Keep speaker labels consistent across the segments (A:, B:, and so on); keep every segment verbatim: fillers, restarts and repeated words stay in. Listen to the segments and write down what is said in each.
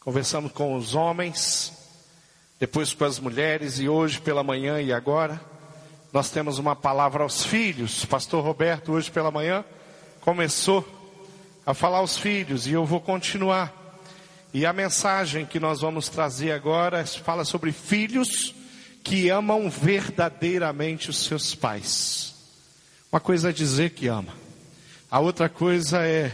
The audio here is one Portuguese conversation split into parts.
A: conversamos com os homens, depois com as mulheres, e hoje pela manhã e agora nós temos uma palavra aos filhos. Pastor Roberto hoje pela manhã começou a falar aos filhos e eu vou continuar. E a mensagem que nós vamos trazer agora fala sobre filhos que amam verdadeiramente os seus pais. Uma coisa é dizer que ama, a outra coisa é,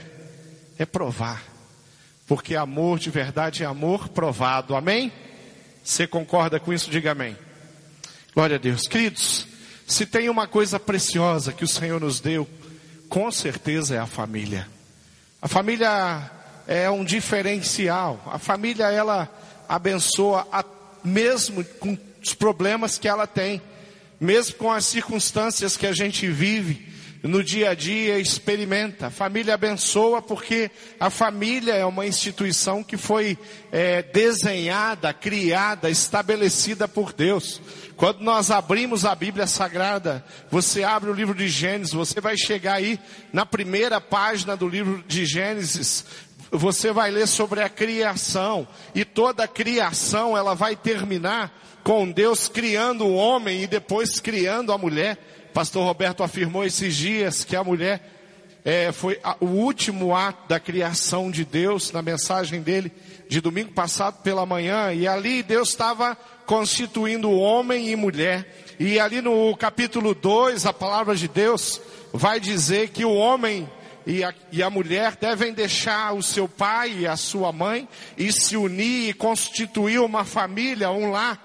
A: é provar. Porque amor de verdade é amor provado, amém? Você concorda com isso? Diga amém. Glória a Deus. Queridos, se tem uma coisa preciosa que o Senhor nos deu, com certeza é a família. A família é um diferencial. A família, ela abençoa a, mesmo com os problemas que ela tem, mesmo com as circunstâncias que a gente vive no dia a dia, experimenta. A família abençoa porque a família é uma instituição que foi é, desenhada, criada, estabelecida por Deus. Quando nós abrimos a Bíblia Sagrada, você abre o livro de Gênesis, você vai chegar aí na primeira página do livro de Gênesis, você vai ler sobre a criação, e toda a criação ela vai terminar com Deus criando o homem e depois criando a mulher. Pastor Roberto afirmou esses dias que a mulher é, foi a, o último ato da criação de Deus, na mensagem dele de domingo passado pela manhã, e ali Deus estava constituindo homem e mulher, e ali no capítulo dois, a palavra de Deus vai dizer que o homem e a, e a mulher devem deixar o seu pai e a sua mãe e se unir e constituir uma família, um lar.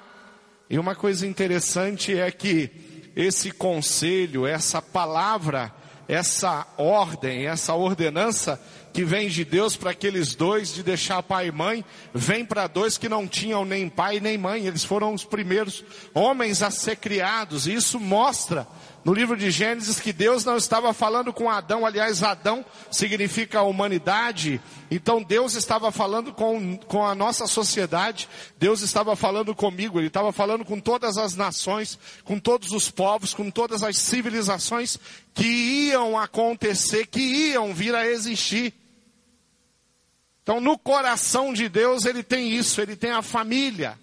A: E uma coisa interessante é que esse conselho, essa palavra, essa ordem, essa ordenança que vem de Deus para aqueles dois de deixar pai e mãe, vem para dois que não tinham nem pai nem mãe. Eles foram os primeiros homens a ser criados. E isso mostra no livro de Gênesis que Deus não estava falando com Adão. Aliás, Adão significa humanidade. Então Deus estava falando com, com a nossa sociedade. Deus estava falando comigo. Ele estava falando com todas as nações, com todos os povos, com todas as civilizações que iam acontecer, que iam vir a existir. Então no coração de Deus ele tem isso, ele tem a família.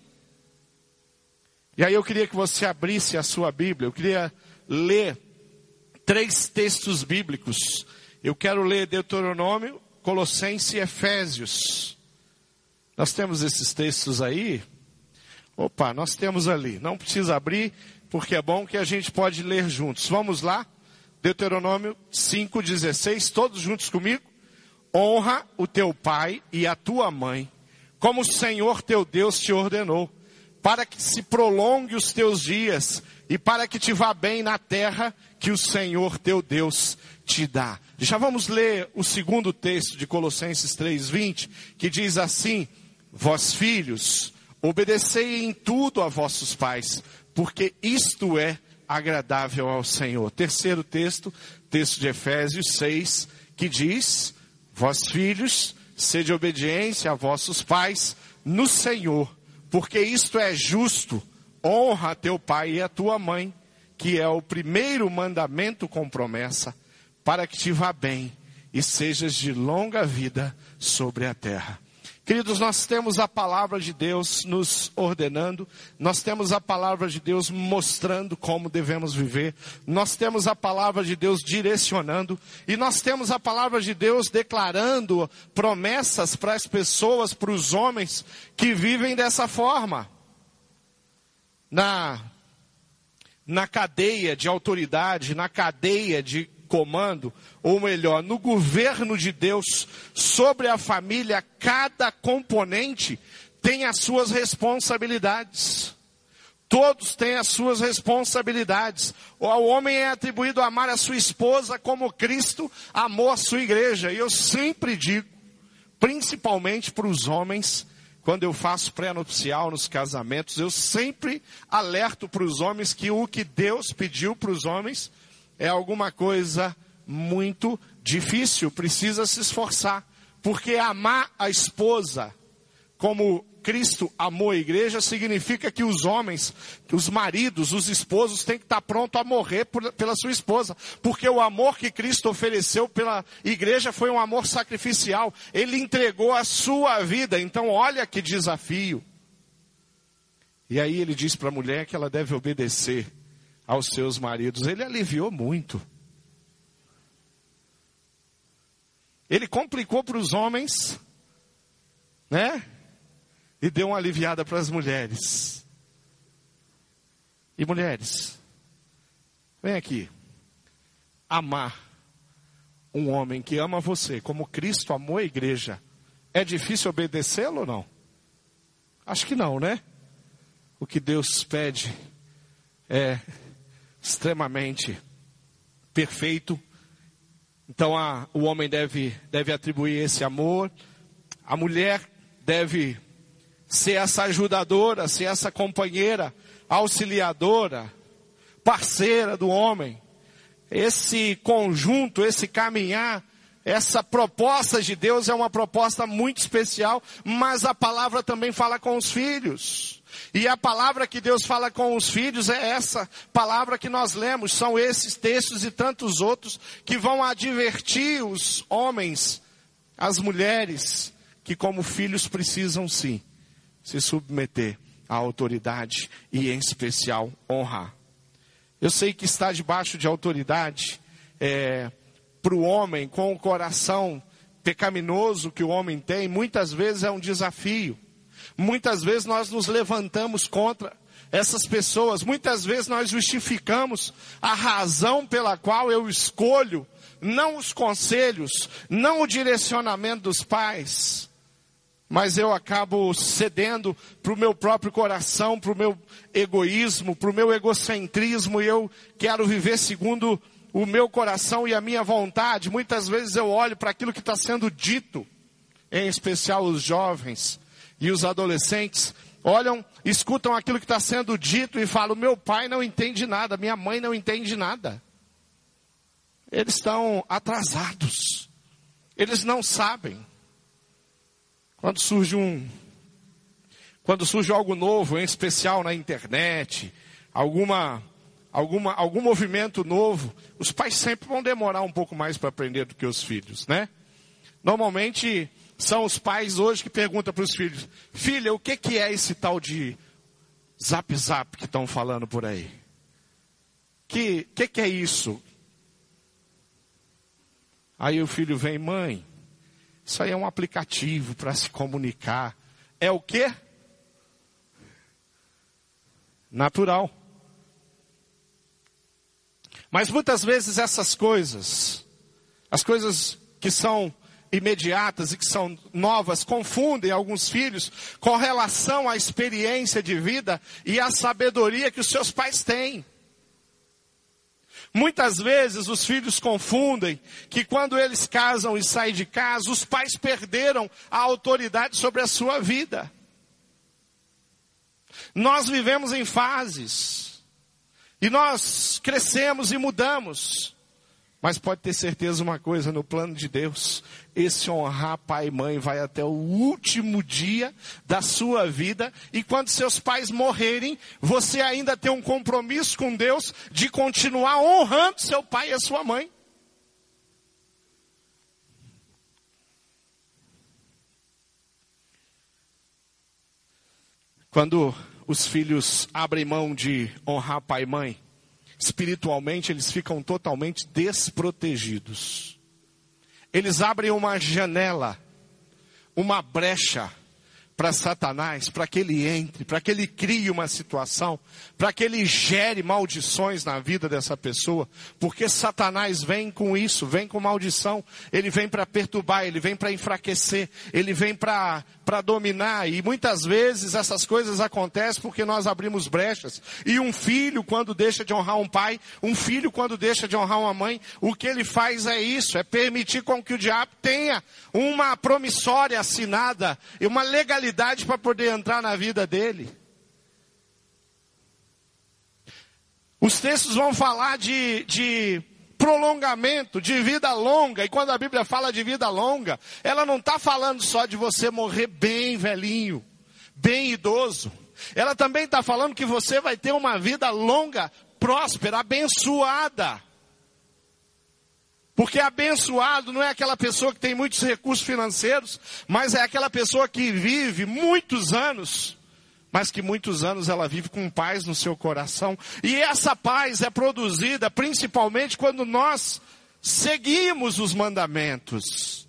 A: E aí eu queria que você abrisse a sua Bíblia. Eu queria ler três textos bíblicos. Eu quero ler Deuteronômio, Colossenses e Efésios. Nós temos esses textos aí? Opa, nós temos ali. Não precisa abrir, porque é bom que a gente pode ler juntos. Vamos lá? Deuteronômio cinco, dezesseis, todos juntos comigo. Honra o teu pai e a tua mãe, como o Senhor teu Deus te ordenou, para que se prolongue os teus dias e para que te vá bem na terra que o Senhor teu Deus te dá. Já vamos ler o segundo texto de Colossenses três, vinte, que diz assim: vós filhos, obedecei em tudo a vossos pais, porque isto é agradável ao Senhor. Terceiro texto, texto de Efésios seis, que diz: vós filhos, sede obediência a vossos pais no Senhor, porque isto é justo. Honra a teu pai e a tua mãe, que é o primeiro mandamento com promessa, para que te vá bem e sejas de longa vida sobre a terra. Queridos, nós temos a palavra de Deus nos ordenando, nós temos a palavra de Deus mostrando como devemos viver, nós temos a palavra de Deus direcionando, e nós temos a palavra de Deus declarando promessas para as pessoas, para os homens que vivem dessa forma. Na, na cadeia de autoridade, na cadeia de comando, ou melhor, no governo de Deus sobre a família, cada componente tem as suas responsabilidades. Todos têm as suas responsabilidades. Ao homem é atribuído amar a sua esposa como Cristo amou a sua igreja. E eu sempre digo, principalmente para os homens, quando eu faço pré-nupcial nos casamentos, eu sempre alerto para os homens que o que Deus pediu para os homens é alguma coisa muito difícil, precisa se esforçar. Porque amar a esposa como Cristo amou a igreja, significa que os homens, que os maridos, os esposos têm que estar prontos a morrer por, pela sua esposa. Porque o amor que Cristo ofereceu pela igreja foi um amor sacrificial. Ele entregou a sua vida. Então olha que desafio. E aí ele diz para a mulher que ela deve obedecer aos seus maridos. Ele aliviou muito. Ele complicou para os homens, né? E deu uma aliviada para as mulheres. E mulheres, vem aqui. Amar um homem que ama você, como Cristo amou a igreja, é difícil obedecê-lo ou não? Acho que não, né? O que Deus pede é extremamente perfeito. Então a, o homem deve, deve atribuir esse amor. A mulher deve ser essa ajudadora, ser essa companheira, auxiliadora, parceira do homem. Esse conjunto, esse caminhar, essa proposta de Deus é uma proposta muito especial, mas a palavra também fala com os filhos. E a palavra que Deus fala com os filhos é essa palavra que nós lemos. São esses textos e tantos outros que vão advertir os homens, as mulheres, que como filhos precisam sim se submeter à autoridade e em especial honrar. Eu sei que estar debaixo de autoridade é, para o homem com o coração pecaminoso que o homem tem, muitas vezes é um desafio. Muitas vezes nós nos levantamos contra essas pessoas. Muitas vezes nós justificamos a razão pela qual eu escolho, não os conselhos, não o direcionamento dos pais, mas eu acabo cedendo para o meu próprio coração, para o meu egoísmo, para o meu egocentrismo, e eu quero viver segundo o meu coração e a minha vontade. Muitas vezes eu olho para aquilo que está sendo dito, em especial os jovens e os adolescentes, olham, escutam aquilo que está sendo dito e falam: meu pai não entende nada, minha mãe não entende nada. Eles estão atrasados, eles não sabem. Quando surge um, quando surge algo novo, em especial na internet, alguma, alguma, algum movimento novo, os pais sempre vão demorar um pouco mais para aprender do que os filhos, né? Normalmente são os pais hoje que perguntam para os filhos: filha, o que, que é esse tal de zap zap que estão falando por aí? Que, que que é isso? Aí o filho vem: mãe, isso aí é um aplicativo para se comunicar. É o quê? Natural. Mas muitas vezes essas coisas, as coisas que são imediatas e que são novas, confundem alguns filhos com relação à experiência de vida e à sabedoria que os seus pais têm. Muitas vezes os filhos confundem que quando eles casam e saem de casa, os pais perderam a autoridade sobre a sua vida. Nós vivemos em fases, e nós crescemos e mudamos. Mas pode ter certeza uma coisa, no plano de Deus, esse honrar pai e mãe vai até o último dia da sua vida. E quando seus pais morrerem, você ainda tem um compromisso com Deus de continuar honrando seu pai e a sua mãe. Quando os filhos abrem mão de honrar pai e mãe, espiritualmente eles ficam totalmente desprotegidos. Eles abrem uma janela, uma brecha para Satanás, para que ele entre, para que ele crie uma situação, para que ele gere maldições na vida dessa pessoa, porque Satanás vem com isso, vem com maldição, ele vem para perturbar, ele vem para enfraquecer, ele vem para para dominar, e muitas vezes essas coisas acontecem porque nós abrimos brechas. E um filho, quando deixa de honrar um pai, um filho quando deixa de honrar uma mãe, o que ele faz é isso, é permitir com que o diabo tenha uma promissória assinada, e uma legalidade para poder entrar na vida dele. Os textos vão falar de, de prolongamento, de vida longa. E quando a Bíblia fala de vida longa, ela não está falando só de você morrer bem velhinho. bem idoso. Ela também está falando que você vai ter uma vida longa, próspera, abençoada. Porque abençoado não é aquela pessoa que tem muitos recursos financeiros, mas é aquela pessoa que vive muitos anos, mas que muitos anos ela vive com paz no seu coração. E essa paz é produzida principalmente quando nós seguimos os mandamentos.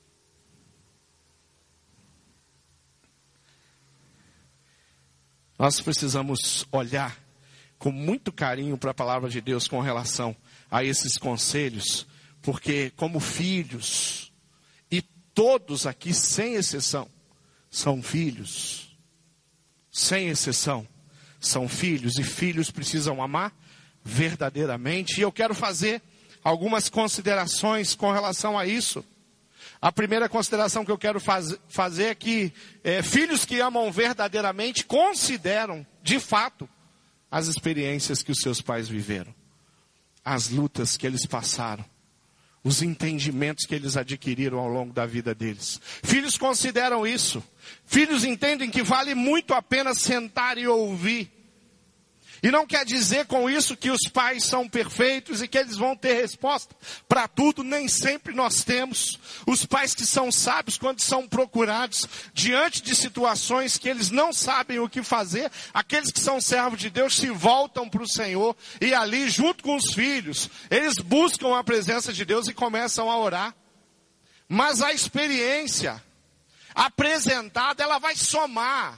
A: Nós precisamos olhar com muito carinho para a palavra de Deus com relação a esses conselhos, porque como filhos, e todos aqui sem exceção, são filhos, sem exceção, são filhos, e filhos precisam amar verdadeiramente. E eu quero fazer algumas considerações com relação a isso. A primeira consideração que eu quero faz, fazer é que é, filhos que amam verdadeiramente consideram, de fato, as experiências que os seus pais viveram, as lutas que eles passaram, os entendimentos que eles adquiriram ao longo da vida deles. Filhos consideram isso. Filhos entendem que vale muito a pena sentar e ouvir. E não quer dizer com isso que os pais são perfeitos e que eles vão ter resposta para tudo. Nem sempre nós temos. Os pais que são sábios, quando são procurados diante de situações que eles não sabem o que fazer, aqueles que são servos de Deus se voltam para o Senhor e ali, junto com os filhos, eles buscam a presença de Deus e começam a orar. Mas a experiência apresentada, ela vai somar.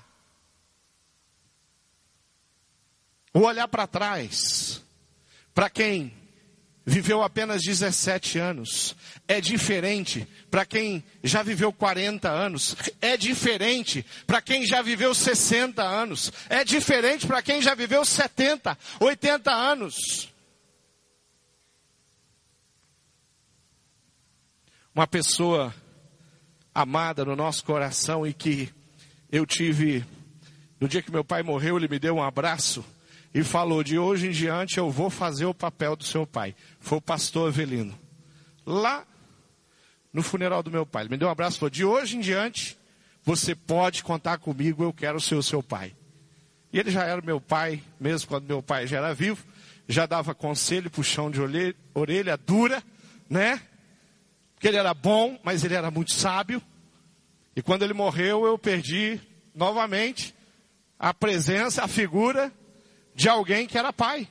A: O olhar para trás, para quem viveu apenas dezessete anos, é diferente para quem já viveu quarenta anos, é diferente para quem já viveu sessenta anos, é diferente para quem já viveu setenta, oitenta anos. Uma pessoa amada no nosso coração e que eu tive, no dia que meu pai morreu, ele me deu um abraço e falou: de hoje em diante eu vou fazer o papel do seu pai. Foi o pastor Avelino. Lá no funeral do meu pai. Ele me deu um abraço e falou: de hoje em diante você pode contar comigo, eu quero ser o seu pai. E ele já era meu pai, mesmo quando meu pai já era vivo. Já dava conselho, puxão de orelha, orelha dura, né? Porque ele era bom, mas ele era muito sábio. E quando ele morreu, eu perdi novamente a presença, a figura de alguém que era pai.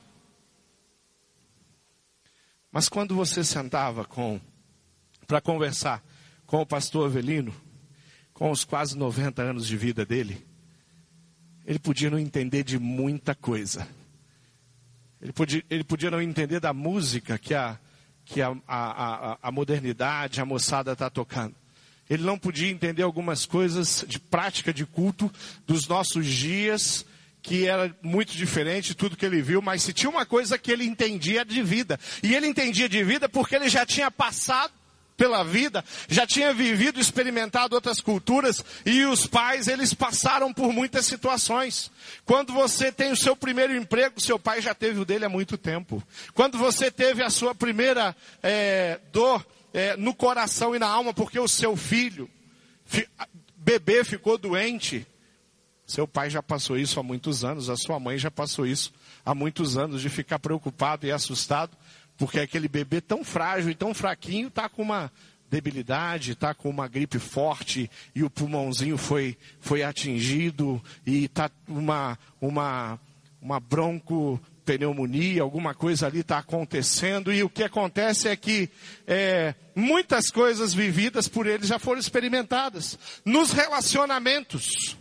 A: Mas quando você sentava com para conversar com o pastor Avelino, com os quase noventa anos de vida dele, ele podia não entender de muita coisa. Ele podia, ele podia não entender da música que a, que a, a, a, a modernidade, a moçada está tocando. Ele não podia entender algumas coisas de prática de culto dos nossos dias, que era muito diferente de tudo que ele viu, mas se tinha uma coisa que ele entendia de vida. E ele entendia de vida porque ele já tinha passado pela vida, já tinha vivido, experimentado outras culturas, e os pais, eles passaram por muitas situações. Quando você tem o seu primeiro emprego, seu pai já teve o dele há muito tempo. Quando você teve a sua primeira é, dor é, no coração e na alma, porque o seu filho, fi, bebê ficou doente, seu pai já passou isso há muitos anos, a sua mãe já passou isso há muitos anos, de ficar preocupado e assustado, porque aquele bebê tão frágil e tão fraquinho está com uma debilidade, está com uma gripe forte, e o pulmãozinho foi, foi atingido, e está uma, uma, uma broncopneumonia, alguma coisa ali está acontecendo, e o que acontece é que é, muitas coisas vividas por ele já foram experimentadas nos relacionamentos.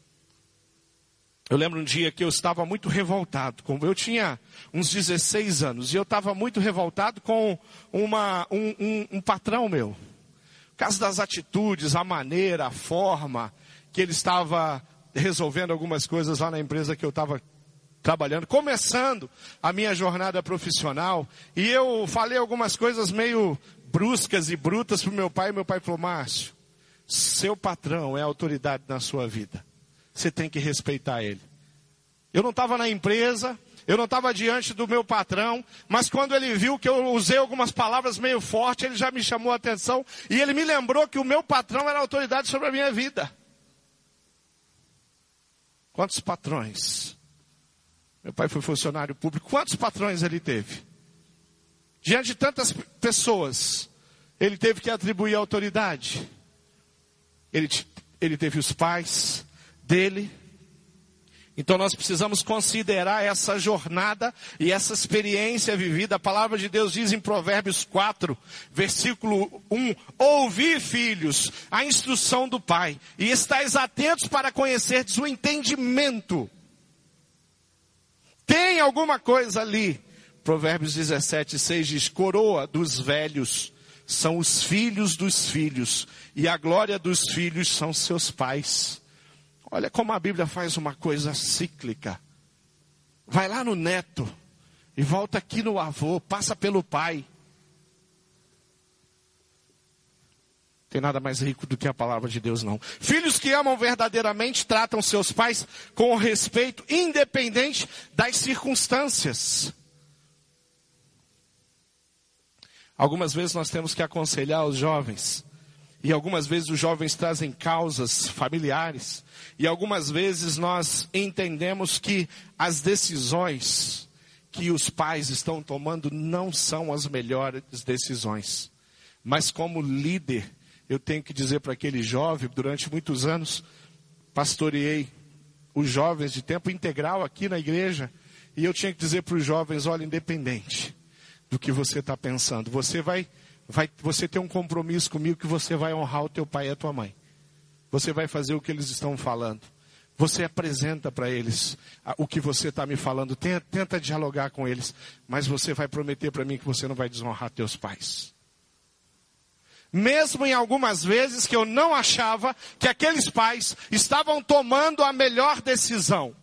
A: Eu lembro um dia que eu estava muito revoltado. Eu tinha uns dezesseis anos. E eu estava muito revoltado com uma, um, um, um patrão meu. Por causa das atitudes, a maneira, a forma que ele estava resolvendo algumas coisas lá na empresa que eu estava trabalhando. Começando a minha jornada profissional. E eu falei algumas coisas meio bruscas e brutas para o meu pai. E meu pai falou: Márcio, seu patrão é autoridade na sua vida. Você tem que respeitar ele. Eu não estava na empresa, eu não estava diante do meu patrão, mas quando ele viu que eu usei algumas palavras meio fortes, ele já me chamou a atenção, e ele me lembrou que o meu patrão era autoridade sobre a minha vida. Quantos patrões? Meu pai foi funcionário público. Quantos patrões ele teve? Diante de tantas pessoas, ele teve que atribuir autoridade. Ele, ele teve os pais dele. Então nós precisamos considerar essa jornada e essa experiência vivida. A palavra de Deus diz em Provérbios quatro, versículo um: ouvi, filhos, a instrução do pai, e estais atentos para conhecerdes o entendimento. Tem alguma coisa ali. Provérbios dezessete, seis diz: coroa dos velhos são os filhos dos filhos, e a glória dos filhos são seus pais. Olha como a Bíblia faz uma coisa cíclica. Vai lá no neto e volta aqui no avô, passa pelo pai. Tem nada mais rico do que a palavra de Deus, não. Filhos que amam verdadeiramente tratam seus pais com respeito, independente das circunstâncias. Algumas vezes nós temos que aconselhar os jovens. E algumas vezes os jovens trazem causas familiares. E algumas vezes nós entendemos que as decisões que os pais estão tomando não são as melhores decisões. Mas como líder, eu tenho que dizer para aquele jovem, durante muitos anos, pastoreei os jovens de tempo integral aqui na igreja. E eu tinha que dizer para os jovens: olha, independente do que você está pensando, você vai... Vai, você tem um compromisso comigo que você vai honrar o teu pai e a tua mãe. Você vai fazer o que eles estão falando. Você apresenta para eles o que você está me falando. Tenta, tenta dialogar com eles. Mas você vai prometer para mim que você não vai desonrar teus pais. Mesmo em algumas vezes que eu não achava que aqueles pais estavam tomando a melhor decisão.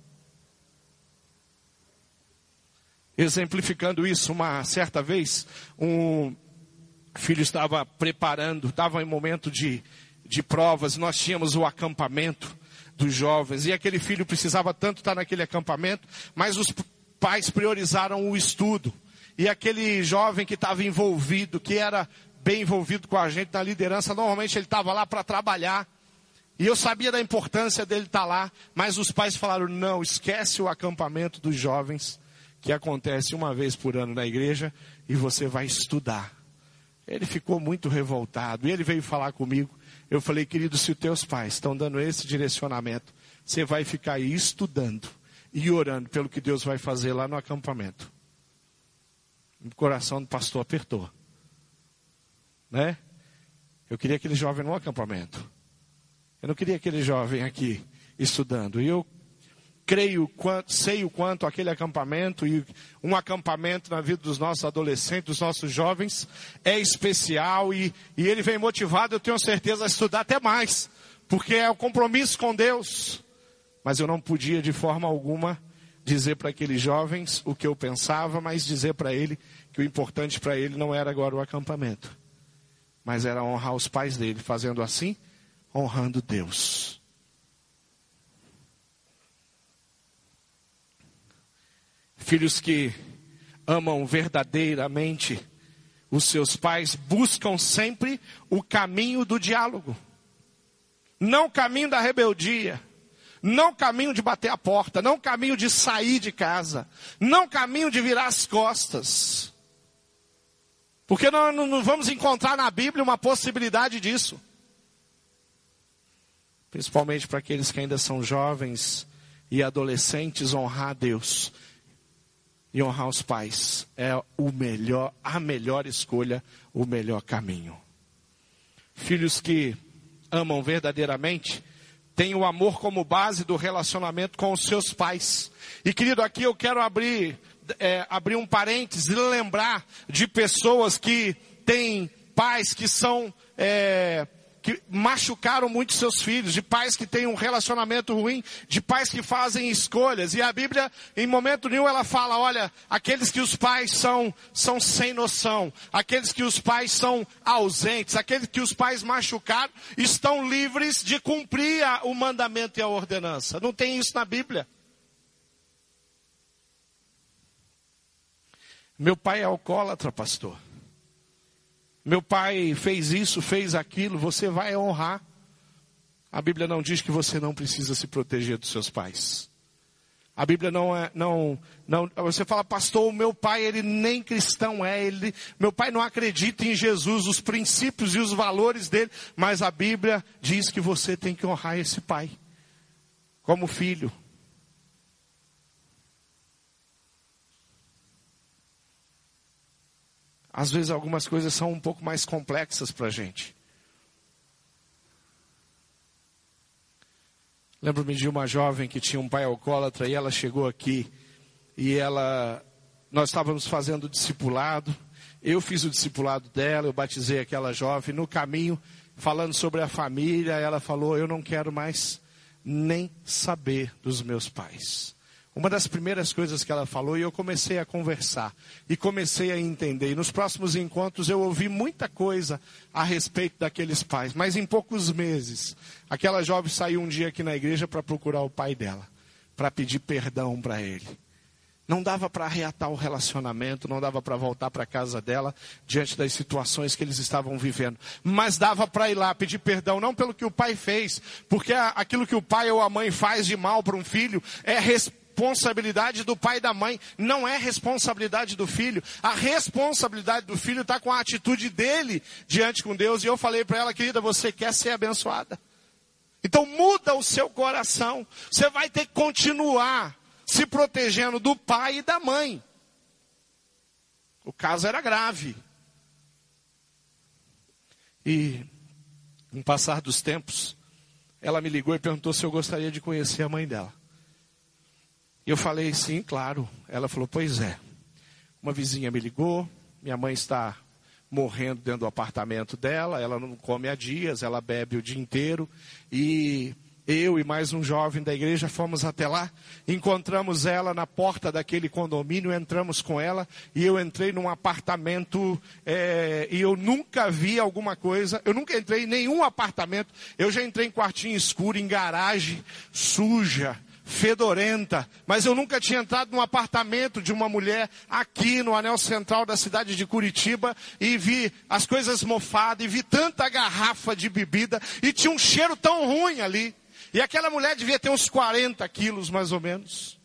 A: Exemplificando isso, uma certa vez, um... O filho estava preparando, estava em momento de, de provas, nós tínhamos o acampamento dos jovens, e aquele filho precisava tanto estar naquele acampamento, mas os pais priorizaram o estudo, e aquele jovem que estava envolvido, que era bem envolvido com a gente na liderança, normalmente ele estava lá para trabalhar, e eu sabia da importância dele estar lá, mas os pais falaram: não, esquece o acampamento dos jovens, que acontece uma vez por ano na igreja, e você vai estudar. Ele ficou muito revoltado, e ele veio falar comigo. Eu falei: querido, se os teus pais estão dando esse direcionamento, você vai ficar aí estudando e orando pelo que Deus vai fazer lá no acampamento. O coração do pastor apertou, né? Eu queria aquele jovem no acampamento. Eu não queria aquele jovem aqui estudando. E eu creio, sei o quanto aquele acampamento, e um acampamento na vida dos nossos adolescentes, dos nossos jovens, é especial, e, e ele vem motivado, eu tenho certeza, a estudar até mais, porque é o compromisso com Deus. Mas eu não podia de forma alguma dizer para aqueles jovens o que eu pensava, mas dizer para ele que o importante para ele não era agora o acampamento, mas era honrar os pais dele, fazendo assim, honrando Deus. Filhos que amam verdadeiramente os seus pais buscam sempre o caminho do diálogo. Não o caminho da rebeldia. Não o caminho de bater a porta. Não o caminho de sair de casa. Não o caminho de virar as costas. Porque nós não vamos encontrar na Bíblia uma possibilidade disso. Principalmente para aqueles que ainda são jovens e adolescentes, honrar a Deus e honrar os pais é o melhor, a melhor escolha, o melhor caminho. Filhos que amam verdadeiramente têm o amor como base do relacionamento com os seus pais. E querido, aqui eu quero abrir, é, abrir um parênteses e lembrar de pessoas que têm pais que são... É, que machucaram muito seus filhos, de pais que têm um relacionamento ruim, de pais que fazem escolhas. E a Bíblia, em momento nenhum, ela fala: olha, aqueles que os pais são, são sem noção, aqueles que os pais são ausentes, aqueles que os pais machucaram, estão livres de cumprir a, o mandamento e a ordenança. Não tem isso na Bíblia. Meu pai é alcoólatra, pastor. Meu pai fez isso, fez aquilo, você vai honrar. A Bíblia não diz que você não precisa se proteger dos seus pais. A Bíblia não é, não, não, você fala, pastor, o meu pai, ele nem cristão é, ele, meu pai não acredita em Jesus, os princípios e os valores dele, mas a Bíblia diz que você tem que honrar esse pai, como filho. Às vezes algumas coisas são um pouco mais complexas para a gente. Lembro-me de uma jovem que tinha um pai alcoólatra e ela chegou aqui e ela, nós estávamos fazendo discipulado, eu fiz o discipulado dela, eu batizei aquela jovem, no caminho, falando sobre a família, ela falou, eu não quero mais nem saber dos meus pais. Uma das primeiras coisas que ela falou, e eu comecei a conversar, e comecei a entender, e nos próximos encontros eu ouvi muita coisa a respeito daqueles pais, mas em poucos meses, aquela jovem saiu um dia aqui na igreja para procurar o pai dela, para pedir perdão para ele. Não dava para reatar o relacionamento, não dava para voltar para a casa dela, diante das situações que eles estavam vivendo. Mas dava para ir lá pedir perdão, não pelo que o pai fez, porque aquilo que o pai ou a mãe faz de mal para um filho, é respeito. Responsabilidade do pai e da mãe, não é responsabilidade do filho. A responsabilidade do filho está com a atitude dele diante com Deus. E eu falei para ela, querida, você quer ser abençoada? Então muda o seu coração. Você vai ter que continuar se protegendo do pai e da mãe. O caso era grave. E, com o passar dos tempos, ela me ligou e perguntou se eu gostaria de conhecer a mãe dela. E eu falei, sim, claro. Ela falou, pois é. Uma vizinha me ligou, minha mãe está morrendo dentro do apartamento dela, ela não come há dias, ela bebe o dia inteiro. E eu e mais um jovem da igreja fomos até lá, encontramos ela na porta daquele condomínio, entramos com ela, e eu entrei num apartamento, é, e eu nunca vi alguma coisa, eu nunca entrei em nenhum apartamento, eu já entrei em quartinho escuro, em garagem suja, fedorenta, mas eu nunca tinha entrado num apartamento de uma mulher aqui no anel central da cidade de Curitiba e vi as coisas mofadas e vi tanta garrafa de bebida e tinha um cheiro tão ruim ali. E aquela mulher devia ter uns quarenta quilos mais ou menos.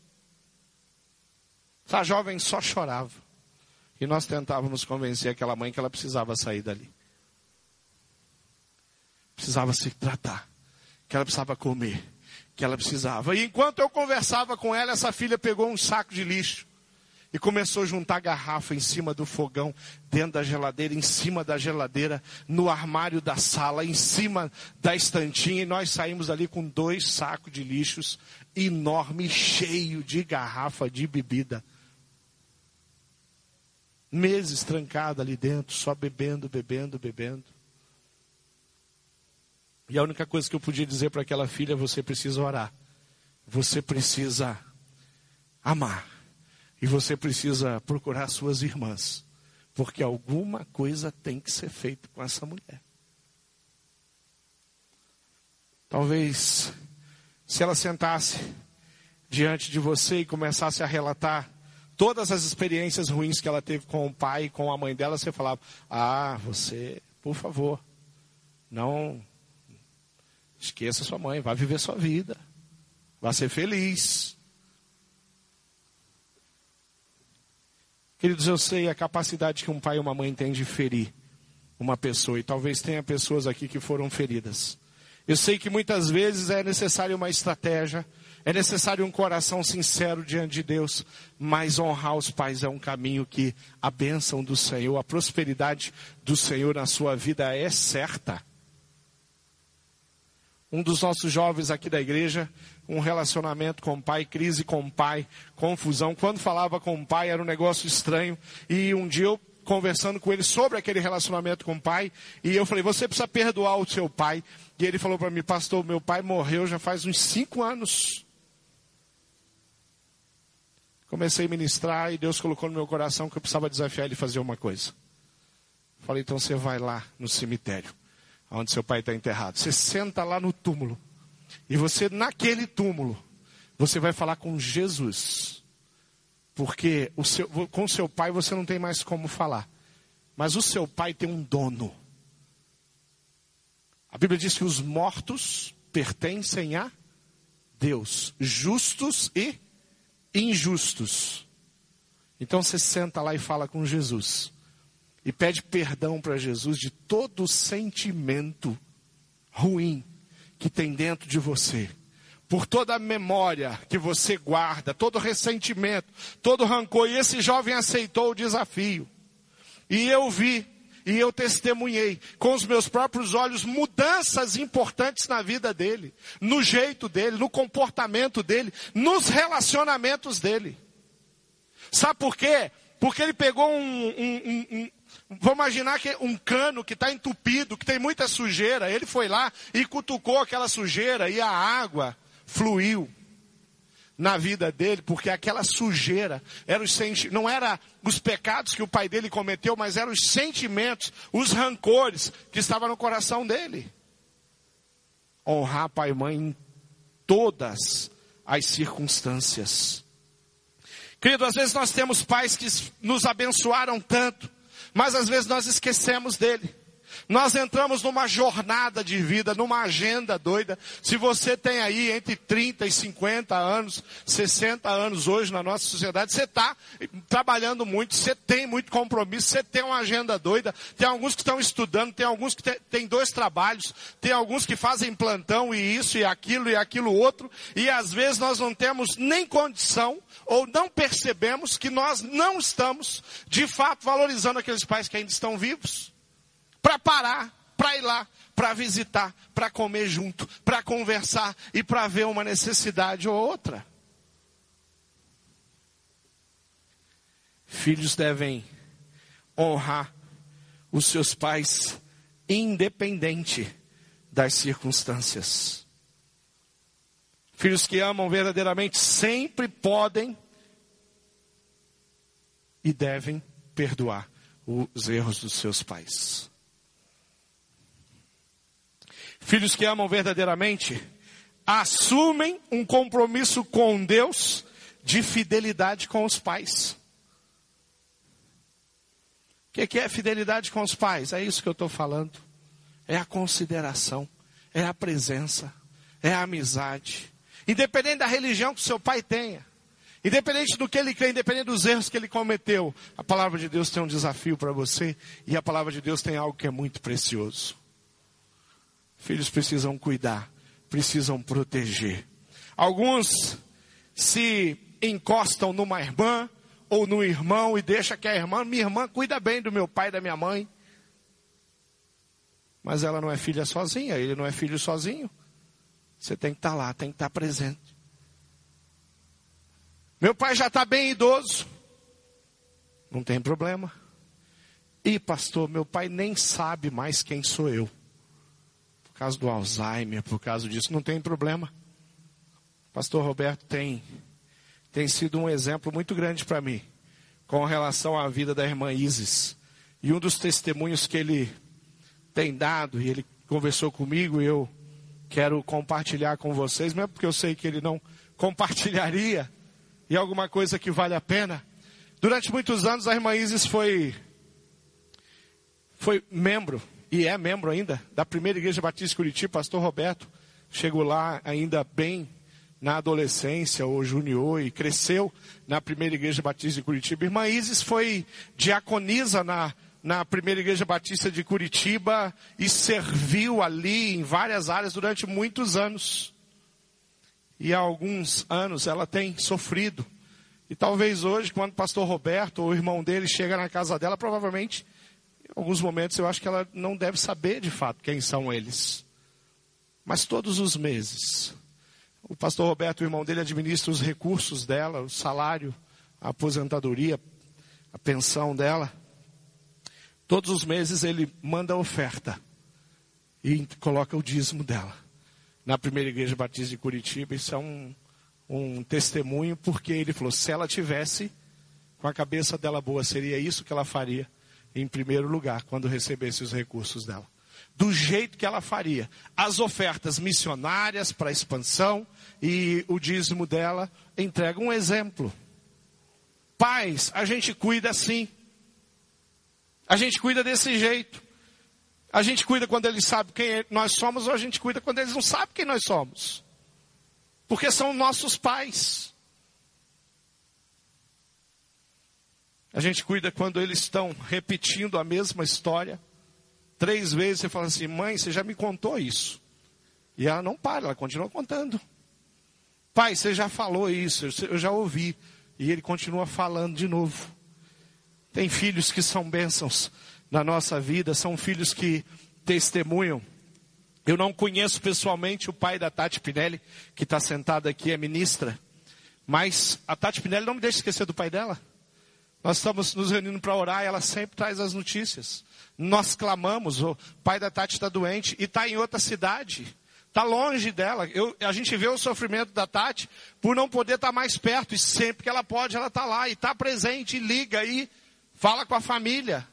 A: Essa jovem só chorava. E nós tentávamos convencer aquela mãe que ela precisava sair dali. Precisava se tratar, que ela precisava comer, que ela precisava. E enquanto eu conversava com ela, essa filha pegou um saco de lixo e começou a juntar garrafa em cima do fogão, dentro da geladeira, em cima da geladeira, no armário da sala, em cima da estantinha. E nós saímos ali com dois sacos de lixos enormes, cheio de garrafa de bebida. Meses trancada ali dentro, só bebendo, bebendo, bebendo. E a única coisa que eu podia dizer para aquela filha, você precisa orar. Você precisa amar. E você precisa procurar suas irmãs. Porque alguma coisa tem que ser feita com essa mulher. Talvez, se ela sentasse diante de você e começasse a relatar todas as experiências ruins que ela teve com o pai e com a mãe dela, você falava, ah, você, por favor, não... esqueça sua mãe, vai viver sua vida. Vai ser feliz. Queridos, eu sei a capacidade que um pai e uma mãe têm de ferir uma pessoa. E talvez tenha pessoas aqui que foram feridas. Eu sei que muitas vezes é necessário uma estratégia. É necessário um coração sincero diante de Deus. Mas honrar os pais é um caminho que a bênção do Senhor, a prosperidade do Senhor na sua vida é certa. Um dos nossos jovens aqui da igreja, um relacionamento com o pai, crise com o pai, confusão. Quando falava com o pai era um negócio estranho. E um dia eu conversando com ele sobre aquele relacionamento com o pai. E eu falei, você precisa perdoar o seu pai. E ele falou para mim, pastor, meu pai morreu já faz uns cinco anos. Comecei a ministrar e Deus colocou no meu coração que eu precisava desafiar ele a fazer uma coisa. Falei, então você vai lá no cemitério, onde seu pai está enterrado. Você senta lá no túmulo. E você, naquele túmulo, você vai falar com Jesus. Porque o seu, com seu pai você não tem mais como falar. Mas o seu pai tem um dono. A Bíblia diz que os mortos pertencem a Deus, justos e injustos. Então você senta lá e fala com Jesus. E pede perdão para Jesus de todo o sentimento ruim que tem dentro de você. Por toda a memória que você guarda, todo ressentimento, todo rancor. E esse jovem aceitou o desafio. E eu vi, e eu testemunhei com os meus próprios olhos mudanças importantes na vida dele. No jeito dele, no comportamento dele, nos relacionamentos dele. Sabe por quê? Porque ele pegou um... um, um, um Vamos imaginar que um cano que está entupido, que tem muita sujeira. Ele foi lá e cutucou aquela sujeira e a água fluiu na vida dele, porque aquela sujeira era os senti- não era os pecados que o pai dele cometeu, mas eram os sentimentos, os rancores que estavam no coração dele. Honrar pai e mãe em todas as circunstâncias. Querido, às vezes nós temos pais que nos abençoaram tanto, mas às vezes nós esquecemos dele. Nós entramos numa jornada de vida, numa agenda doida. Se você tem aí entre trinta e cinquenta anos, sessenta anos hoje na nossa sociedade, você está trabalhando muito, você tem muito compromisso, você tem uma agenda doida. Tem alguns que estão estudando, tem alguns que têm dois trabalhos, tem alguns que fazem plantão e isso e aquilo e aquilo outro. E às vezes nós não temos nem condição ou não percebemos que nós não estamos de fato valorizando aqueles pais que ainda estão vivos. Para parar, para ir lá, para visitar, para comer junto, para conversar e para ver uma necessidade ou outra. Filhos devem honrar os seus pais independente das circunstâncias. Filhos que amam verdadeiramente sempre podem e devem perdoar os erros dos seus pais. Filhos que amam verdadeiramente, assumem um compromisso com Deus de fidelidade com os pais. O que, que é fidelidade com os pais? É isso que eu estou falando. É a consideração, é a presença, é a amizade. Independente da religião que o seu pai tenha, independente do que ele crê, independente dos erros que ele cometeu, a palavra de Deus tem um desafio para você, e a palavra de Deus tem algo que é muito precioso. Filhos precisam cuidar, precisam proteger. Alguns se encostam numa irmã ou no irmão e deixam que a irmã, minha irmã cuida bem do meu pai e da minha mãe. Mas ela não é filha sozinha, ele não é filho sozinho. Você tem que estar lá, tem que estar presente. Meu pai já está bem idoso. Não tem problema. E pastor, meu pai nem sabe mais quem sou eu. Por causa do Alzheimer, por causa disso, não tem problema. Pastor Roberto tem, tem sido um exemplo muito grande para mim, com relação à vida da irmã Isis. E um dos testemunhos que ele tem dado, e ele conversou comigo, e eu quero compartilhar com vocês, mesmo porque eu sei que ele não compartilharia, e alguma coisa que vale a pena. Durante muitos anos a irmã Isis foi, foi membro, e é membro ainda, da primeira igreja batista de Curitiba. Pastor Roberto chegou lá ainda bem na adolescência ou junior e cresceu na primeira igreja batista de Curitiba. Irmã Isis foi diaconisa na, na primeira igreja batista de Curitiba e serviu ali em várias áreas durante muitos anos. E há alguns anos ela tem sofrido. E talvez hoje, quando o pastor Roberto ou o irmão dele chega na casa dela, provavelmente, em alguns momentos eu acho que ela não deve saber de fato quem são eles. Mas todos os meses, o pastor Roberto, o irmão dele, administra os recursos dela, o salário, a aposentadoria, a pensão dela. Todos os meses ele manda a oferta e coloca o dízimo dela. Na primeira igreja batista de Curitiba, isso é um, um testemunho, porque ele falou, se ela tivesse com a cabeça dela boa, seria isso que ela faria em primeiro lugar, quando recebesse os recursos dela. Do jeito que ela faria. As ofertas missionárias para a expansão e o dízimo dela entrega um exemplo. Pais, a gente cuida assim. A gente cuida desse jeito. A gente cuida quando eles sabem quem nós somos, ou a gente cuida quando eles não sabem quem nós somos. Porque são nossos pais. A gente cuida quando eles estão repetindo a mesma história. Três vezes você fala assim, mãe, você já me contou isso. E ela não para, ela continua contando. Pai, você já falou isso, eu já ouvi. E ele continua falando de novo. Tem filhos que são bênçãos na nossa vida, são filhos que testemunham. Eu não conheço pessoalmente o pai da Tati Pinelli, que está sentada aqui, é ministra. Mas a Tati Pinelli não me deixa esquecer do pai dela. Nós estamos nos reunindo para orar e ela sempre traz as notícias. Nós clamamos, o pai da Tati está doente e está em outra cidade. Está longe dela. Eu, a gente vê o sofrimento da Tati por não poder estar mais perto. E sempre que ela pode, ela está lá. E está presente, e liga, e fala com a família.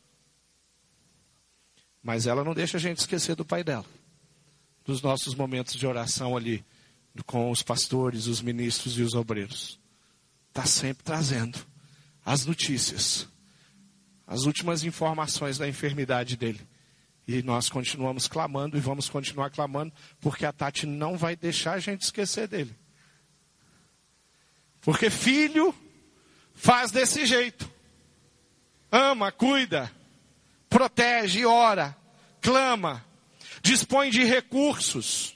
A: Mas ela não deixa a gente esquecer do pai dela. Dos nossos momentos de oração ali, com os pastores, os ministros e os obreiros. Está sempre trazendo as notícias, as últimas informações da enfermidade dele. E nós continuamos clamando e vamos continuar clamando, porque a Tati não vai deixar a gente esquecer dele. Porque filho faz desse jeito. Ama, cuida, protege, ora, clama, dispõe de recursos.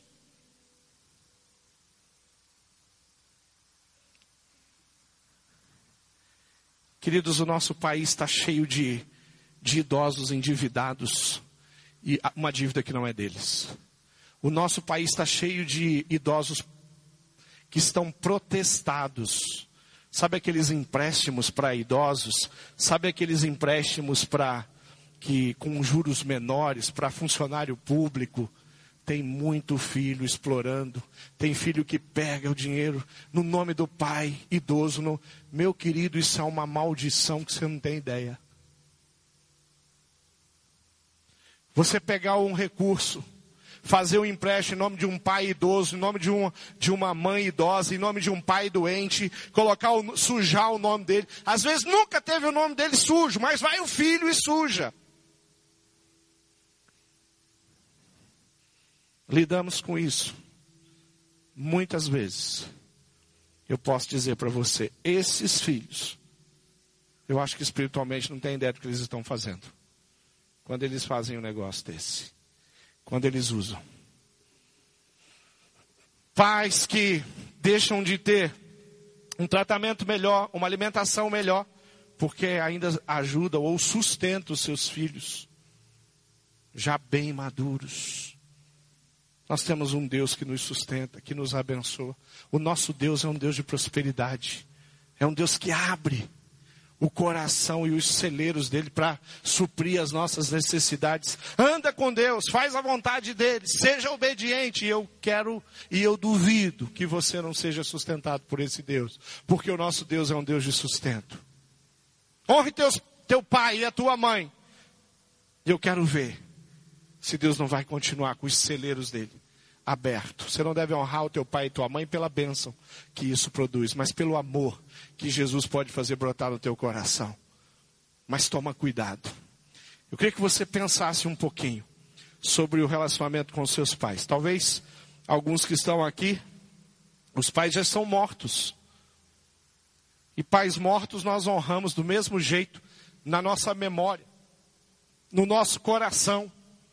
A: Queridos, o nosso país está cheio de, de idosos endividados e uma dívida que não é deles. O nosso país está cheio de idosos que estão protestados. Sabe aqueles empréstimos para idosos? Sabe aqueles empréstimos para que com juros menores para funcionário público? Tem muito filho explorando. Tem filho que pega o dinheiro no nome do pai, idoso. No... Meu querido, isso é uma maldição que você não tem ideia. Você pegar um recurso, fazer um empréstimo em nome de um pai idoso, em nome de, um, de uma mãe idosa, em nome de um pai doente, colocar o, sujar o nome dele. Às vezes nunca teve o nome dele sujo, mas vai o filho e suja. Lidamos com isso. Muitas vezes. Eu posso dizer para você, esses filhos, eu acho que espiritualmente não tem ideia do que eles estão fazendo. Quando eles fazem um negócio desse. Quando eles usam. Pais que deixam de ter um tratamento melhor, uma alimentação melhor, porque ainda ajudam ou sustentam os seus filhos, já bem maduros. Nós temos um Deus que nos sustenta, que nos abençoa. O nosso Deus é um Deus de prosperidade. É um Deus que abre o coração e os celeiros dele para suprir as nossas necessidades. Anda com Deus, faz a vontade dele, seja obediente. E eu quero e eu duvido que você não seja sustentado por esse Deus. Porque o nosso Deus é um Deus de sustento. Honre teus, teu pai e a tua mãe. E eu quero ver se Deus não vai continuar com os celeiros dele abertos. Você não deve honrar o teu pai e tua mãe pela bênção que isso produz, mas pelo amor que Jesus pode fazer brotar no teu coração. Mas toma cuidado. Eu queria que você pensasse um pouquinho sobre o relacionamento com os seus pais. Talvez alguns que estão aqui, os pais já são mortos. E pais mortos nós honramos do mesmo jeito na nossa memória, no nosso coração.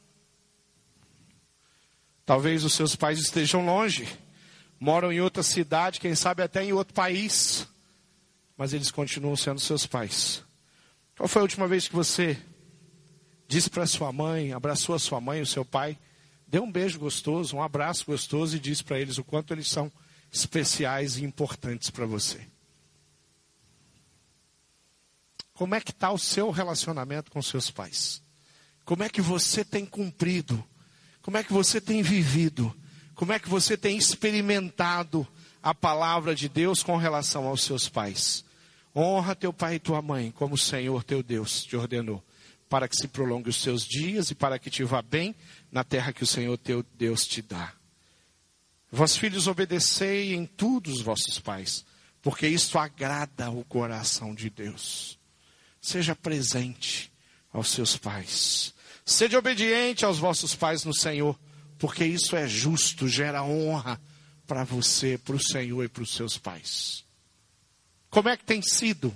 A: Talvez os seus pais estejam longe, moram em outra cidade, quem sabe até em outro país, mas eles continuam sendo seus pais. Qual foi a última vez que você disse para sua mãe, abraçou a sua mãe, o seu pai, deu um beijo gostoso, um abraço gostoso e disse para eles o quanto eles são especiais e importantes para você? Como é que está o seu relacionamento com seus pais? Como é que você tem cumprido? Como é que você tem vivido? Como é que você tem experimentado a palavra de Deus com relação aos seus pais? Honra teu pai e tua mãe, como o Senhor teu Deus te ordenou, para que se prolongue os seus dias e para que te vá bem na terra que o Senhor teu Deus te dá. Vós filhos, obedecei em tudo os vossos pais, porque isto agrada o coração de Deus. Seja presente aos seus pais. Sede obediente aos vossos pais no Senhor, porque isso é justo, gera honra para você, para o Senhor e para os seus pais. Como é que tem sido?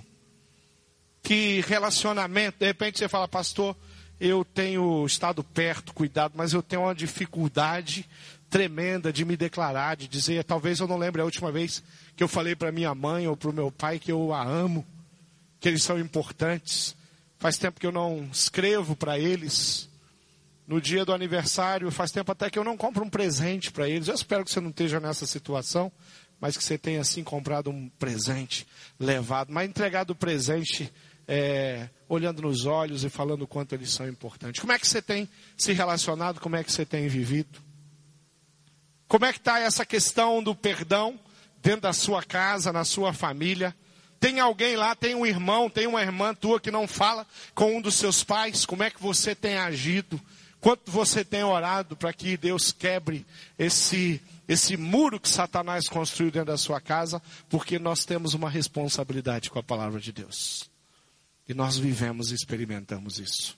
A: Que relacionamento? De repente você fala, pastor, eu tenho estado perto, cuidado, mas eu tenho uma dificuldade tremenda de me declarar, de dizer, talvez eu não lembre a última vez que eu falei para minha mãe ou para o meu pai que eu a amo, que eles são importantes. Faz tempo que eu não escrevo para eles. No dia do aniversário, faz tempo até que eu não compro um presente para eles. Eu espero que você não esteja nessa situação, mas que você tenha assim comprado um presente, levado, mas entregado o presente é, olhando nos olhos e falando o quanto eles são importantes. Como é que você tem se relacionado? Como é que você tem vivido? Como é que está essa questão do perdão dentro da sua casa, na sua família? Tem alguém lá, tem um irmão, tem uma irmã tua que não fala com um dos seus pais? Como é que você tem agido? Quanto você tem orado para que Deus quebre esse, esse muro que Satanás construiu dentro da sua casa? Porque nós temos uma responsabilidade com a palavra de Deus. E nós vivemos e experimentamos isso.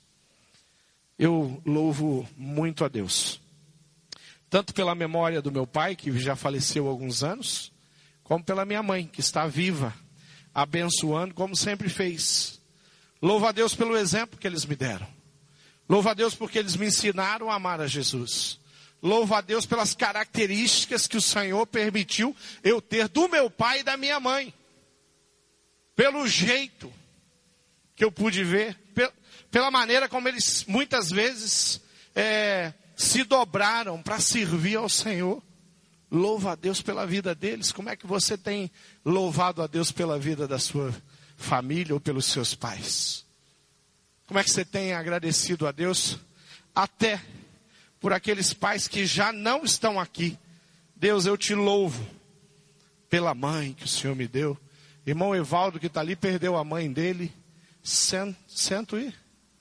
A: Eu louvo muito a Deus. Tanto pela memória do meu pai, que já faleceu há alguns anos, como pela minha mãe, que está viva, abençoando como sempre fez. Louvo a Deus pelo exemplo que eles me deram. Louvo a Deus porque eles me ensinaram a amar a Jesus. Louvo a Deus pelas características que o Senhor permitiu eu ter do meu pai e da minha mãe. Pelo jeito que eu pude ver, pela maneira como eles muitas vezes é, se dobraram para servir ao Senhor. Louvo a Deus pela vida deles. Como é que você tem louvado a Deus pela vida da sua família ou pelos seus pais? Como é que você tem agradecido a Deus até por aqueles pais que já não estão aqui? Deus, eu te louvo pela mãe que o Senhor me deu. Irmão Evaldo que está ali perdeu a mãe dele. Cento, cento e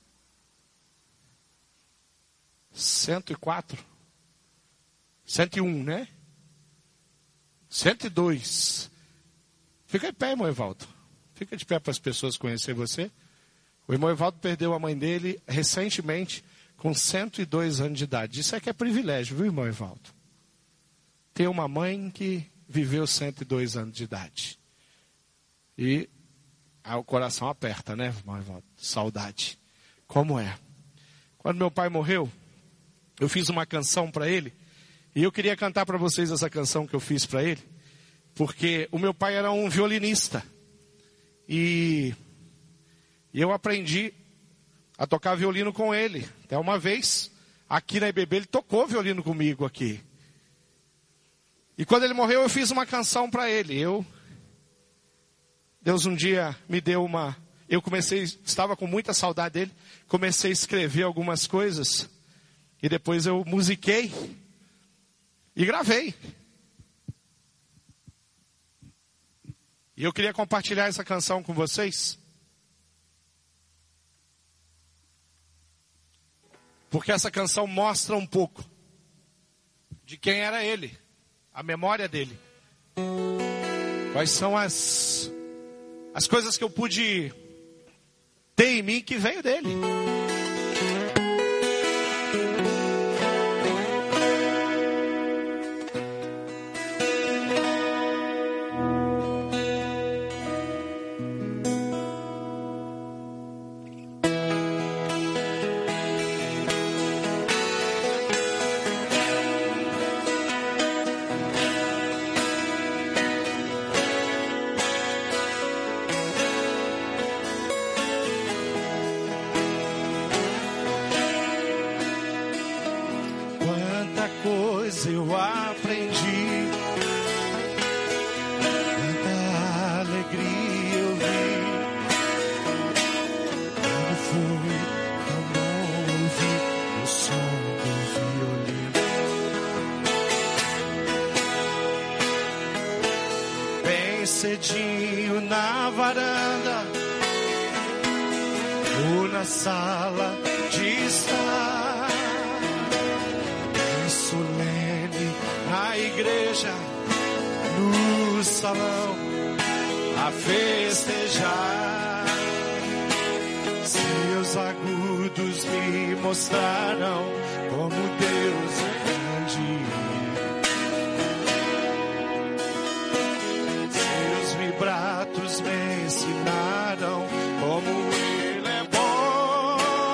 A: cento e quatro, cento e um, né? Cento e dois. Fica de pé, irmão Evaldo. Fica de pé para as pessoas conhecerem você. O irmão Evaldo perdeu a mãe dele recentemente, com cento e dois anos de idade. Isso é que é privilégio, viu, irmão Evaldo? Ter uma mãe que viveu cento e dois anos de idade. E aí o coração aperta, né, irmão Evaldo? Saudade. Como é? Quando meu pai morreu, eu fiz uma canção para ele. E eu queria cantar para vocês essa canção que eu fiz para ele. Porque o meu pai era um violinista. E... E eu aprendi a tocar violino com ele. Até uma vez, aqui na I B B, ele tocou violino comigo aqui. E quando ele morreu, eu fiz uma canção para ele. Eu, Deus um dia me deu uma... Eu comecei, estava com muita saudade dele. Comecei a escrever algumas coisas. E depois eu musiquei. E gravei. E eu queria compartilhar essa canção com vocês. Porque essa canção mostra um pouco de quem era ele, a memória dele. Quais são as, as coisas que eu pude ter em mim que veio dele. Eu aprendi, quanta alegria eu vi, quando foi tão bom ouvir o som do violino. Bem cedinho na varanda ou na sala de estar, solene na igreja, no salão, a festejar. Seus agudos me mostraram como Deus é grande. Seus vibratos me ensinaram como Ele é bom.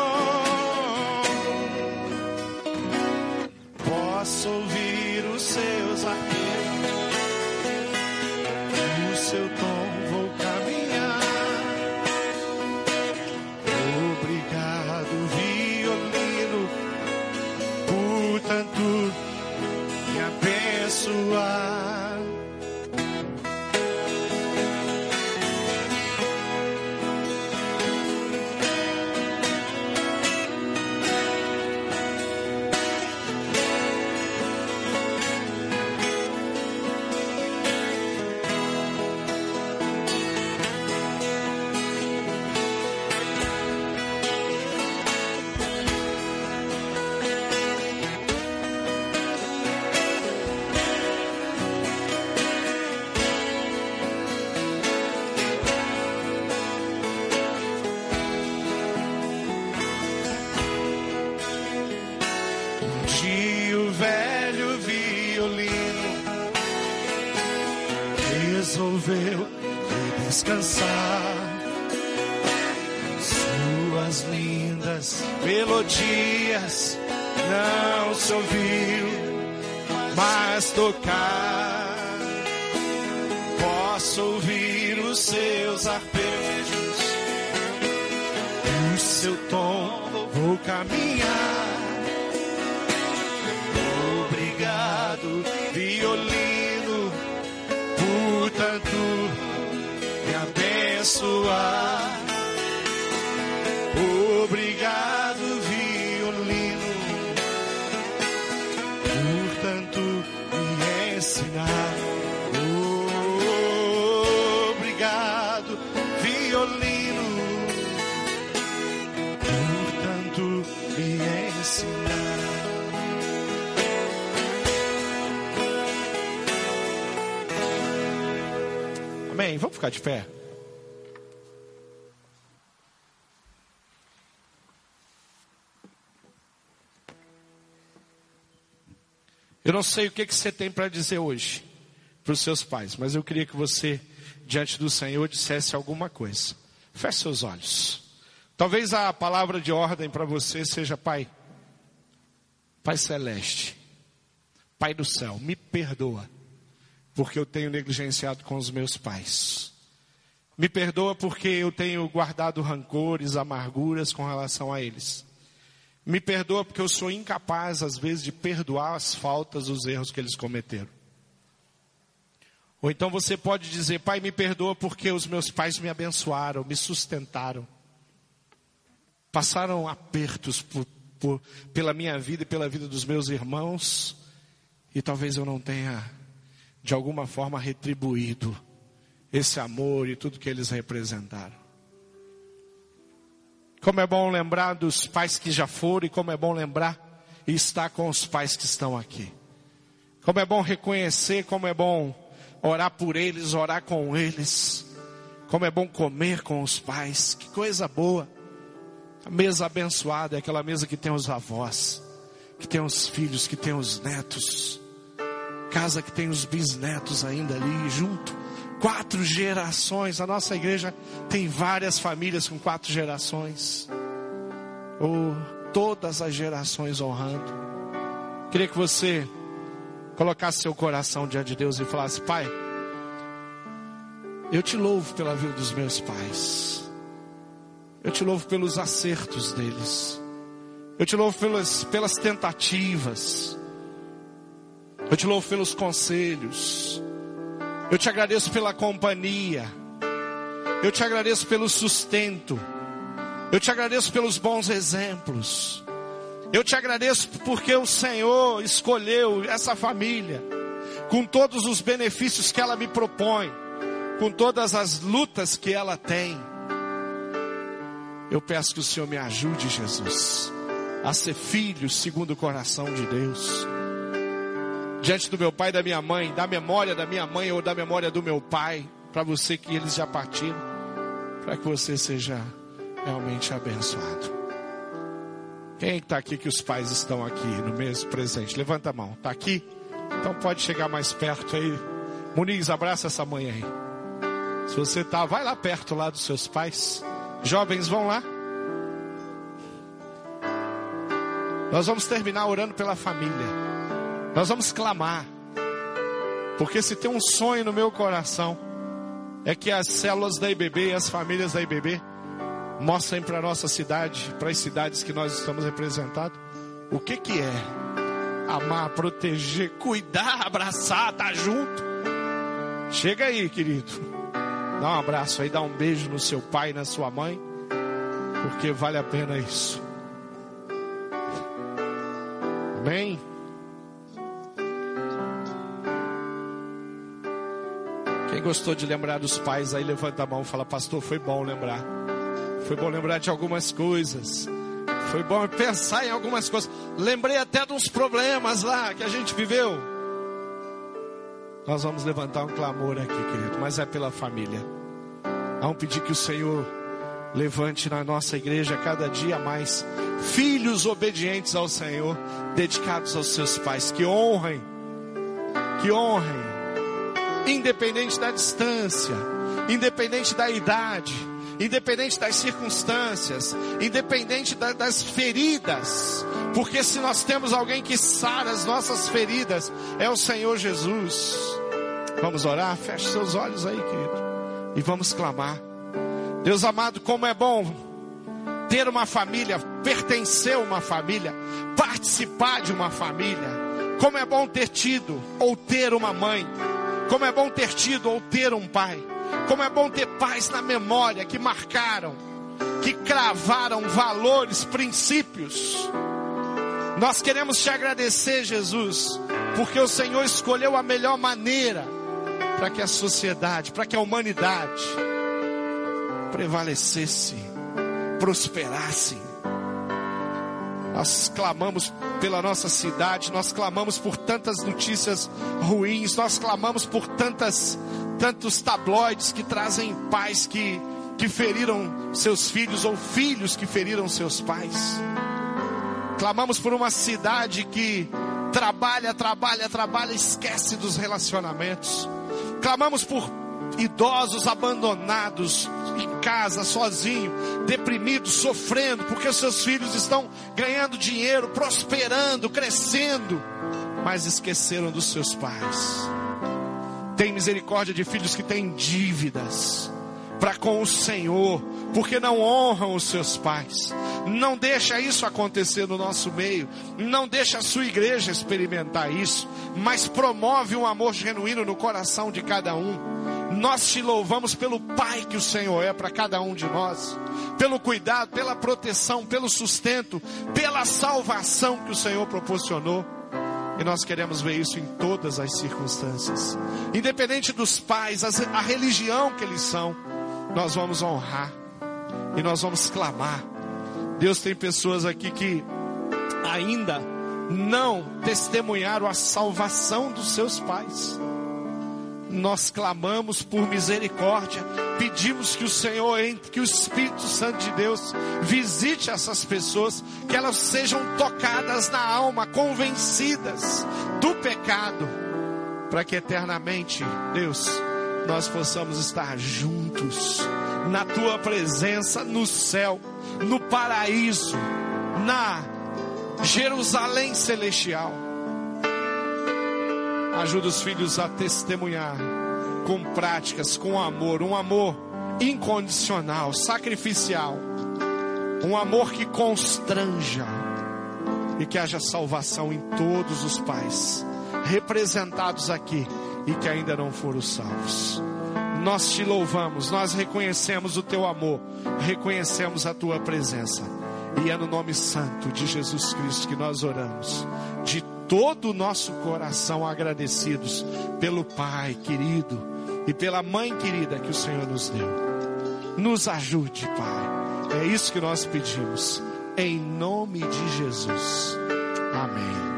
A: Posso ouvir os seus arqueiros, o seu tom vou caminhar. Obrigado, violino, por tanto me abençoar. Resolveu descansar. Suas lindas melodias não se ouviu mais tocar. Posso ouvir os seus arpejos, o seu tom vou caminhar. Obrigado, violino, por tanto me abençoar. Obrigado, violino, por tanto me ensinar. Obrigado, violino, por tanto me ensinar. Amém? Vamos ficar de pé. Eu não sei o que, que você tem para dizer hoje para os seus pais, mas eu queria que você, diante do Senhor, dissesse alguma coisa. Feche seus olhos. Talvez a palavra de ordem para você seja: Pai, Pai Celeste, Pai do céu, me perdoa, porque eu tenho negligenciado com os meus pais. Me perdoa porque eu tenho guardado rancores, amarguras com relação a eles. Me perdoa porque eu sou incapaz, às vezes, de perdoar as faltas, os erros que eles cometeram. Ou então você pode dizer: Pai, me perdoa porque os meus pais me abençoaram, me sustentaram. Passaram apertos por, por, pela minha vida e pela vida dos meus irmãos. E talvez eu não tenha, de alguma forma, retribuído esse amor e tudo que eles representaram. Como é bom lembrar dos pais que já foram, e como é bom lembrar e estar com os pais que estão aqui. Como é bom reconhecer, como é bom orar por eles, orar com eles. Como é bom comer com os pais, que coisa boa. A mesa abençoada é aquela mesa que tem os avós, que tem os filhos, que tem os netos. Casa que tem os bisnetos ainda ali junto. Quatro gerações. A nossa igreja tem várias famílias com quatro gerações. Ou oh, todas as gerações honrando. Queria que você colocasse seu coração diante de Deus e falasse: Pai, eu te louvo pela vida dos meus pais. Eu te louvo pelos acertos deles. Eu te louvo pelas, pelas tentativas. Eu te louvo pelos conselhos. Eu te agradeço pela companhia. Eu te agradeço pelo sustento. Eu te agradeço pelos bons exemplos. Eu te agradeço porque o Senhor escolheu essa família, com todos os benefícios que ela me propõe, com todas as lutas que ela tem. Eu peço que o Senhor me ajude, Jesus, a ser filho segundo o coração de Deus. Diante do meu pai e da minha mãe, da memória da minha mãe ou da memória do meu pai, para você que eles já partiram, para que você seja realmente abençoado. Quem está aqui que os pais estão aqui no mesmo presente? Levanta a mão. Está aqui? Então pode chegar mais perto aí. Muniz, abraça essa mãe aí. Se você está, vai lá perto lá dos seus pais. Jovens, vão lá. Nós vamos terminar orando pela família. Nós vamos clamar. Porque se tem um sonho no meu coração, é que as células da I B B e as famílias da I B B mostrem para a nossa cidade, para as cidades que nós estamos representados, o que que é amar, proteger, cuidar, abraçar, estar junto. Chega aí, querido. Dá um abraço aí, dá um beijo no seu pai e na sua mãe, porque vale a pena isso. Amém? Quem gostou de lembrar dos pais aí, levanta a mão e fala: pastor, foi bom lembrar. Foi bom lembrar de algumas coisas. Foi bom pensar em algumas coisas. Lembrei até de uns problemas lá que a gente viveu. Nós vamos levantar um clamor aqui, querido, mas é pela família. Vamos pedir que o Senhor levante na nossa igreja cada dia mais filhos obedientes ao Senhor, dedicados aos seus pais, que honrem, que honrem, independente da distância, independente da idade, independente das circunstâncias, independente da, das feridas, porque se nós temos alguém que sara as nossas feridas, é o Senhor Jesus. Vamos orar? Feche seus olhos aí, querido, e vamos clamar. Deus amado, como é bom ter uma família, pertencer a uma família, participar de uma família. Como é bom ter tido ou ter uma mãe. Como é bom ter tido ou ter um pai. Como é bom ter pais na memória que marcaram, que cravaram valores, princípios. Nós queremos te agradecer, Jesus, porque o Senhor escolheu a melhor maneira para que a sociedade, para que a humanidade prevalecesse, prosperasse. Nós clamamos pela nossa cidade, nós clamamos por tantas notícias ruins, nós clamamos por tantas, tantos tabloides que trazem pais que, que feriram seus filhos, ou filhos que feriram seus pais. Clamamos por uma cidade que trabalha, trabalha, trabalha, esquece dos relacionamentos. Clamamos por idosos abandonados em casa, sozinhos, deprimidos, sofrendo, porque os seus filhos estão ganhando dinheiro, prosperando, crescendo, mas esqueceram dos seus pais. Tem misericórdia de filhos que têm dívidas para com o Senhor, porque não honram os seus pais. Não deixa isso acontecer no nosso meio, não deixa a sua igreja experimentar isso, mas promove um amor genuíno no coração de cada um. Nós te louvamos pelo Pai que o Senhor é para cada um de nós, pelo cuidado, pela proteção, pelo sustento, pela salvação que o Senhor proporcionou. E nós queremos ver isso em todas as circunstâncias, independente dos pais, a religião que eles são. Nós vamos honrar e nós vamos clamar. Deus, tem pessoas aqui que ainda não testemunharam a salvação dos seus pais. Nós clamamos por misericórdia, pedimos que o Senhor entre, que o Espírito Santo de Deus visite essas pessoas, que elas sejam tocadas na alma, convencidas do pecado, para que eternamente, Deus, nós possamos estar juntos na Tua presença, no céu, no paraíso, na Jerusalém celestial. Ajuda os filhos a testemunhar com práticas, com amor, um amor incondicional, sacrificial, um amor que constranja, e que haja salvação em todos os pais representados aqui e que ainda não foram salvos. Nós te louvamos, nós reconhecemos o teu amor, reconhecemos a tua presença, e é no nome santo de Jesus Cristo que nós oramos, de todo o nosso coração, agradecidos pelo Pai querido e pela Mãe querida que o Senhor nos deu. Nos ajude, Pai, é isso que nós pedimos, em nome de Jesus, amém.